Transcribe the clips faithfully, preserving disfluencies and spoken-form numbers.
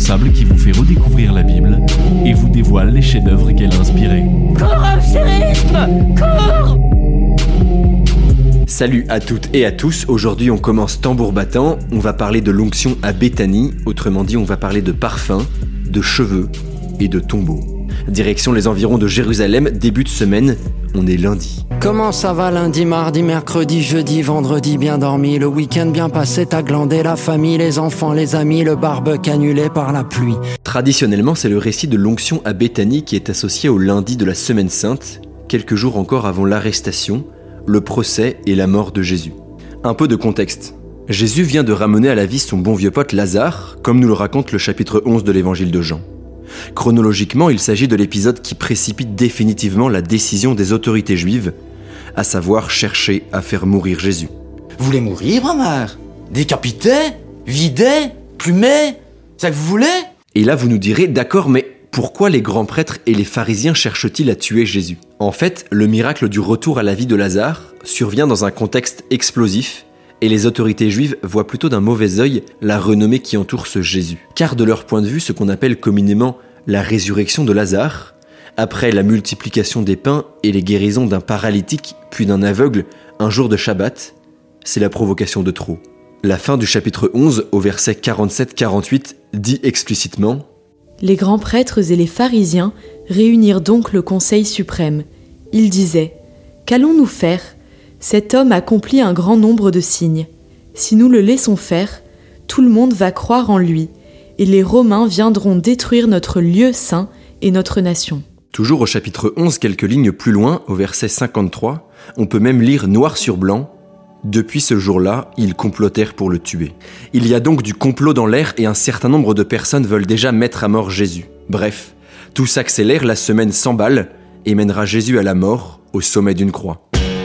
responsable qui vous fait redécouvrir la Bible et vous dévoile les chefs-d'œuvre qu'elle a inspirés. Cours, chérisme, cours! Salut à toutes et à tous, aujourd'hui on commence tambour battant, on va parler de l'onction à Béthanie, autrement dit on va parler de parfums, de cheveux et de tombeaux. Direction les environs de Jérusalem, début de semaine, on est lundi. Comment ça va lundi, mardi, mercredi, jeudi, vendredi, bien dormi, le week-end bien passé, t'as glandé, la famille, les enfants, les amis, le barbecue annulé par la pluie. Traditionnellement, c'est le récit de l'onction à Béthanie qui est associé au lundi de la Semaine Sainte, quelques jours encore avant l'arrestation, le procès et la mort de Jésus. Un peu de contexte. Jésus vient de ramener à la vie son bon vieux pote Lazare, comme nous le raconte le chapitre onze de l'évangile de Jean. Chronologiquement, il s'agit de l'épisode qui précipite définitivement la décision des autorités juives, à savoir chercher à faire mourir Jésus. Vous voulez mourir, Omar? Décapité? Vidé? Plumé? C'est ça que vous voulez? Et là, vous nous direz, d'accord, mais pourquoi les grands prêtres et les pharisiens cherchent-ils à tuer Jésus? En fait, le miracle du retour à la vie de Lazare survient dans un contexte explosif, et les autorités juives voient plutôt d'un mauvais œil la renommée qui entoure ce Jésus. Car de leur point de vue, ce qu'on appelle communément la résurrection de Lazare, après la multiplication des pains et les guérisons d'un paralytique puis d'un aveugle un jour de Shabbat, c'est la provocation de trop. La fin du chapitre onze, au verset quarante-sept quarante-huit, dit explicitement « Les grands prêtres et les pharisiens réunirent donc le conseil suprême. Ils disaient « Qu'allons-nous faire ? Cet homme accomplit un grand nombre de signes. Si nous le laissons faire, tout le monde va croire en lui, et les Romains viendront détruire notre lieu saint et notre nation. » Toujours au chapitre onze, quelques lignes plus loin, au verset cinquante-trois, on peut même lire noir sur blanc « Depuis ce jour-là, ils complotèrent pour le tuer. » Il y a donc du complot dans l'air et un certain nombre de personnes veulent déjà mettre à mort Jésus. Bref, tout s'accélère, la semaine s'emballe et mènera Jésus à la mort, au sommet d'une croix.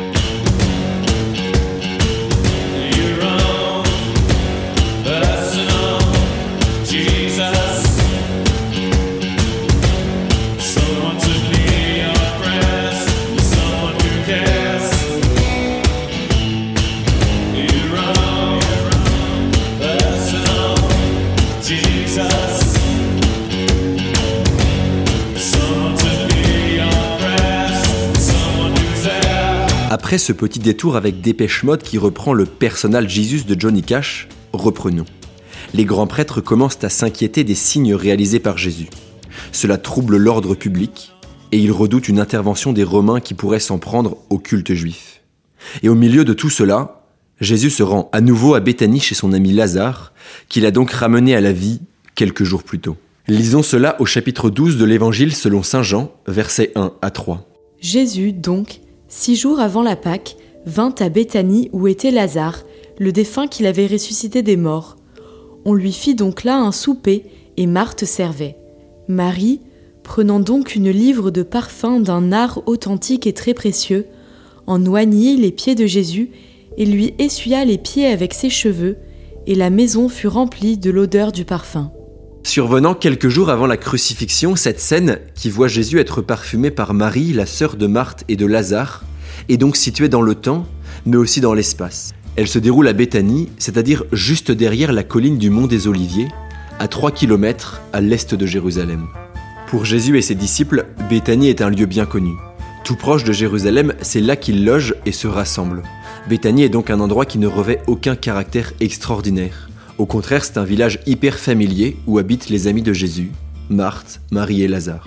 Après ce petit détour avec Dépêche Mode qui reprend le Personal Jesus de Johnny Cash, reprenons. Les grands prêtres commencent à s'inquiéter des signes réalisés par Jésus. Cela trouble l'ordre public et ils redoutent une intervention des Romains qui pourrait s'en prendre au culte juif. Et au milieu de tout cela, Jésus se rend à nouveau à Béthanie chez son ami Lazare, qu'il a donc ramené à la vie quelques jours plus tôt. Lisons cela au chapitre douze de l'Évangile selon saint Jean, versets un à trois. Jésus, donc, six jours avant la Pâque, vint à Béthanie où était Lazare, le défunt qu'il avait ressuscité des morts. On lui fit donc là un souper, et Marthe servait. Marie, prenant donc une livre de parfum d'un art authentique et très précieux, en oignit les pieds de Jésus et lui essuya les pieds avec ses cheveux, et la maison fut remplie de l'odeur du parfum. Survenant quelques jours avant la crucifixion, cette scène, qui voit Jésus être parfumé par Marie, la sœur de Marthe et de Lazare, est donc située dans le temps, mais aussi dans l'espace. Elle se déroule à Béthanie, c'est-à-dire juste derrière la colline du Mont des Oliviers, à trois kilomètres à l'est de Jérusalem. Pour Jésus et ses disciples, Béthanie est un lieu bien connu. Tout proche de Jérusalem, c'est là qu'ils logent et se rassemblent. Béthanie est donc un endroit qui ne revêt aucun caractère extraordinaire. Au contraire, c'est un village hyper familier où habitent les amis de Jésus, Marthe, Marie et Lazare.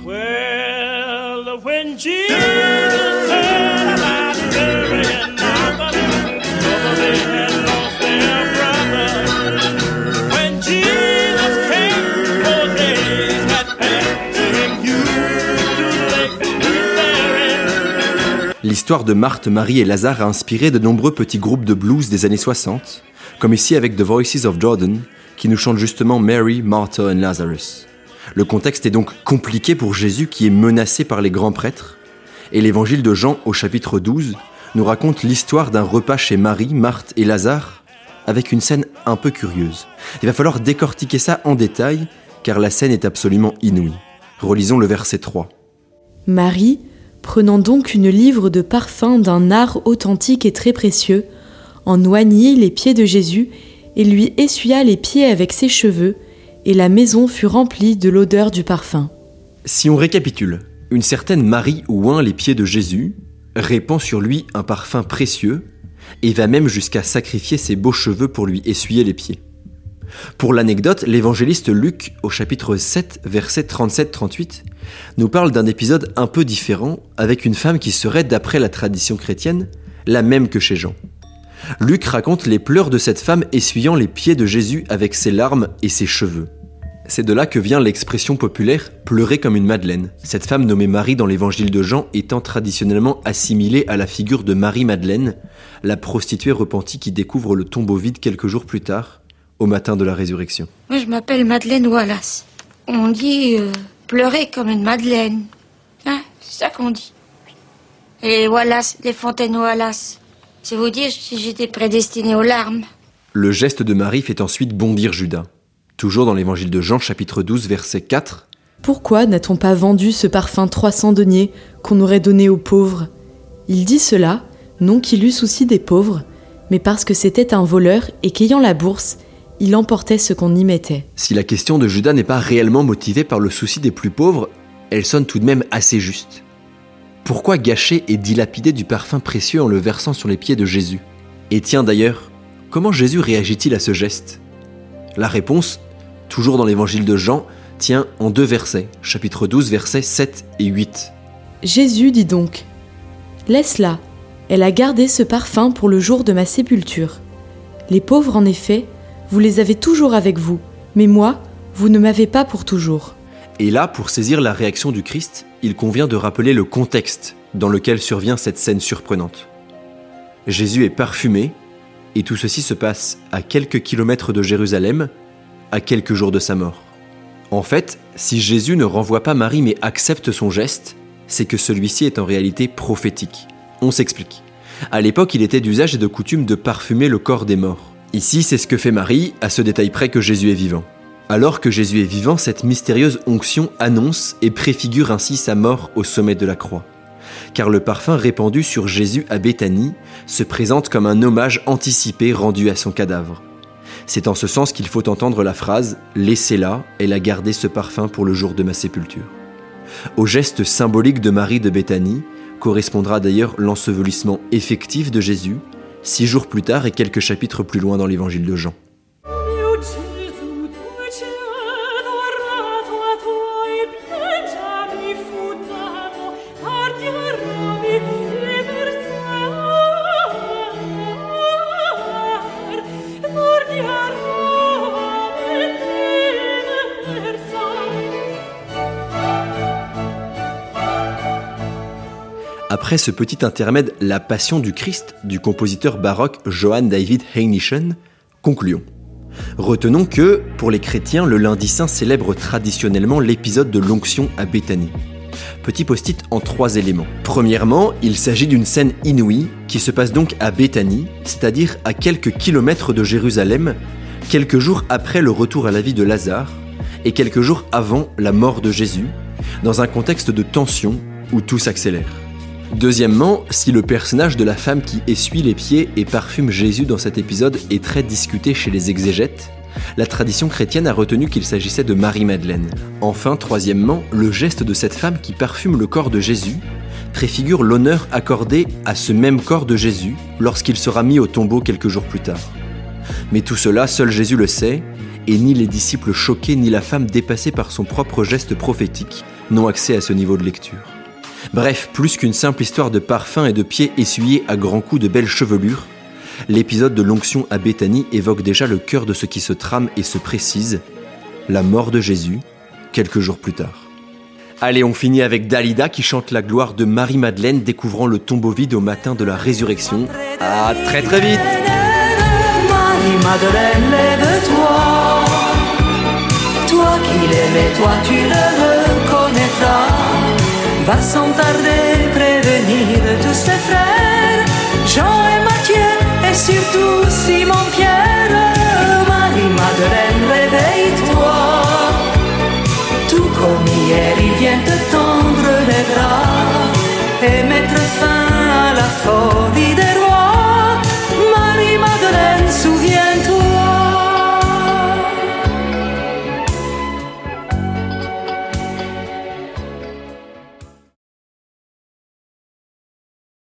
Well, when Jesus heard about Mary and Martha, for they had lost their brother. When Jesus came, four days had passed, and you too late to be buried. L'histoire de Marthe, Marie et Lazare a inspiré de nombreux petits groupes de blues des années soixante, comme ici avec The Voices of Jordan, qui nous chante justement Mary, Martha and Lazarus. Le contexte est donc compliqué pour Jésus qui est menacé par les grands prêtres, et l'évangile de Jean au chapitre douze nous raconte l'histoire d'un repas chez Marie, Marthe et Lazare, avec une scène un peu curieuse. Il va falloir décortiquer ça en détail, car la scène est absolument inouïe. Relisons le verset trois. Marie, prenant donc une livre de parfum d'un art authentique et très précieux, en oignit les pieds de Jésus et lui essuya les pieds avec ses cheveux, et la maison fut remplie de l'odeur du parfum. Si on récapitule, une certaine Marie oint les pieds de Jésus, répand sur lui un parfum précieux et va même jusqu'à sacrifier ses beaux cheveux pour lui essuyer les pieds. Pour l'anecdote, l'évangéliste Luc, au chapitre sept, versets trente-sept trente-huit, nous parle d'un épisode un peu différent avec une femme qui serait, d'après la tradition chrétienne, la même que chez Jean. Luc raconte les pleurs de cette femme essuyant les pieds de Jésus avec ses larmes et ses cheveux. C'est de là que vient l'expression populaire « pleurer comme une madeleine ». Cette femme nommée Marie dans l'évangile de Jean étant traditionnellement assimilée à la figure de Marie-Madeleine, la prostituée repentie qui découvre le tombeau vide quelques jours plus tard, au matin de la résurrection. Moi, je m'appelle Madeleine Wallace. On dit euh, pleurer comme une madeleine. Hein, c'est ça qu'on dit. Et les Wallace, les fontaines Wallace. C'est vous dire si j'étais prédestinée aux larmes. Le geste de Marie fait ensuite bondir Judas. Toujours dans l'évangile de Jean, chapitre douze, verset quatre. « Pourquoi n'a-t-on pas vendu ce parfum trois cents deniers qu'on aurait donné aux pauvres ?» Il dit cela, non qu'il eût souci des pauvres, mais parce que c'était un voleur et qu'ayant la bourse, il emportait ce qu'on y mettait. Si la question de Judas n'est pas réellement motivée par le souci des plus pauvres, elle sonne tout de même assez juste. Pourquoi gâcher et dilapider du parfum précieux en le versant sur les pieds de Jésus ? Et tiens d'ailleurs, comment Jésus réagit-il à ce geste ? La réponse, toujours dans l'évangile de Jean, tient en deux versets, chapitre douze, versets sept et huit. Jésus dit donc : « Laisse-la, elle a gardé ce parfum pour le jour de ma sépulture. Les pauvres, en effet, vous les avez toujours avec vous, mais moi, vous ne m'avez pas pour toujours. » Et là, pour saisir la réaction du Christ, il convient de rappeler le contexte dans lequel survient cette scène surprenante. Jésus est parfumé, et tout ceci se passe à quelques kilomètres de Jérusalem, à quelques jours de sa mort. En fait, si Jésus ne renvoie pas Marie mais accepte son geste, c'est que celui-ci est en réalité prophétique. On s'explique. À l'époque, il était d'usage et de coutume de parfumer le corps des morts. Ici, c'est ce que fait Marie, à ce détail près que Jésus est vivant. Alors que Jésus est vivant, cette mystérieuse onction annonce et préfigure ainsi sa mort au sommet de la croix. Car le parfum répandu sur Jésus à Béthanie se présente comme un hommage anticipé rendu à son cadavre. C'est en ce sens qu'il faut entendre la phrase « Laissez-la, elle a gardé ce parfum pour le jour de ma sépulture ». Au geste symbolique de Marie de Béthanie correspondra d'ailleurs l'ensevelissement effectif de Jésus, six jours plus tard et quelques chapitres plus loin dans l'évangile de Jean. Après ce petit intermède, la Passion du Christ du compositeur baroque Johann David Heinichen, concluons. Retenons que, pour les chrétiens, le lundi saint célèbre traditionnellement l'épisode de l'onction à Béthanie. Petit post-it en trois éléments. Premièrement, il s'agit d'une scène inouïe qui se passe donc à Béthanie, c'est-à-dire à quelques kilomètres de Jérusalem, quelques jours après le retour à la vie de Lazare et quelques jours avant la mort de Jésus, dans un contexte de tension où tout s'accélère. Deuxièmement, si le personnage de la femme qui essuie les pieds et parfume Jésus dans cet épisode est très discuté chez les exégètes, la tradition chrétienne a retenu qu'il s'agissait de Marie-Madeleine. Enfin, troisièmement, le geste de cette femme qui parfume le corps de Jésus préfigure l'honneur accordé à ce même corps de Jésus lorsqu'il sera mis au tombeau quelques jours plus tard. Mais tout cela, seul Jésus le sait, et ni les disciples choqués ni la femme dépassée par son propre geste prophétique n'ont accès à ce niveau de lecture. Bref, plus qu'une simple histoire de parfum et de pieds essuyés à grands coups de belles chevelures, l'épisode de l'onction à Béthanie évoque déjà le cœur de ce qui se trame et se précise, la mort de Jésus, quelques jours plus tard. Allez, on finit avec Dalida qui chante la gloire de Marie-Madeleine découvrant le tombeau vide au matin de la résurrection. À très très vite! Marie-Madeleine, lève-toi. Toi qui l'aimais, toi tu le reconnaîtras. Va sans tarder prévenir tous ses frères.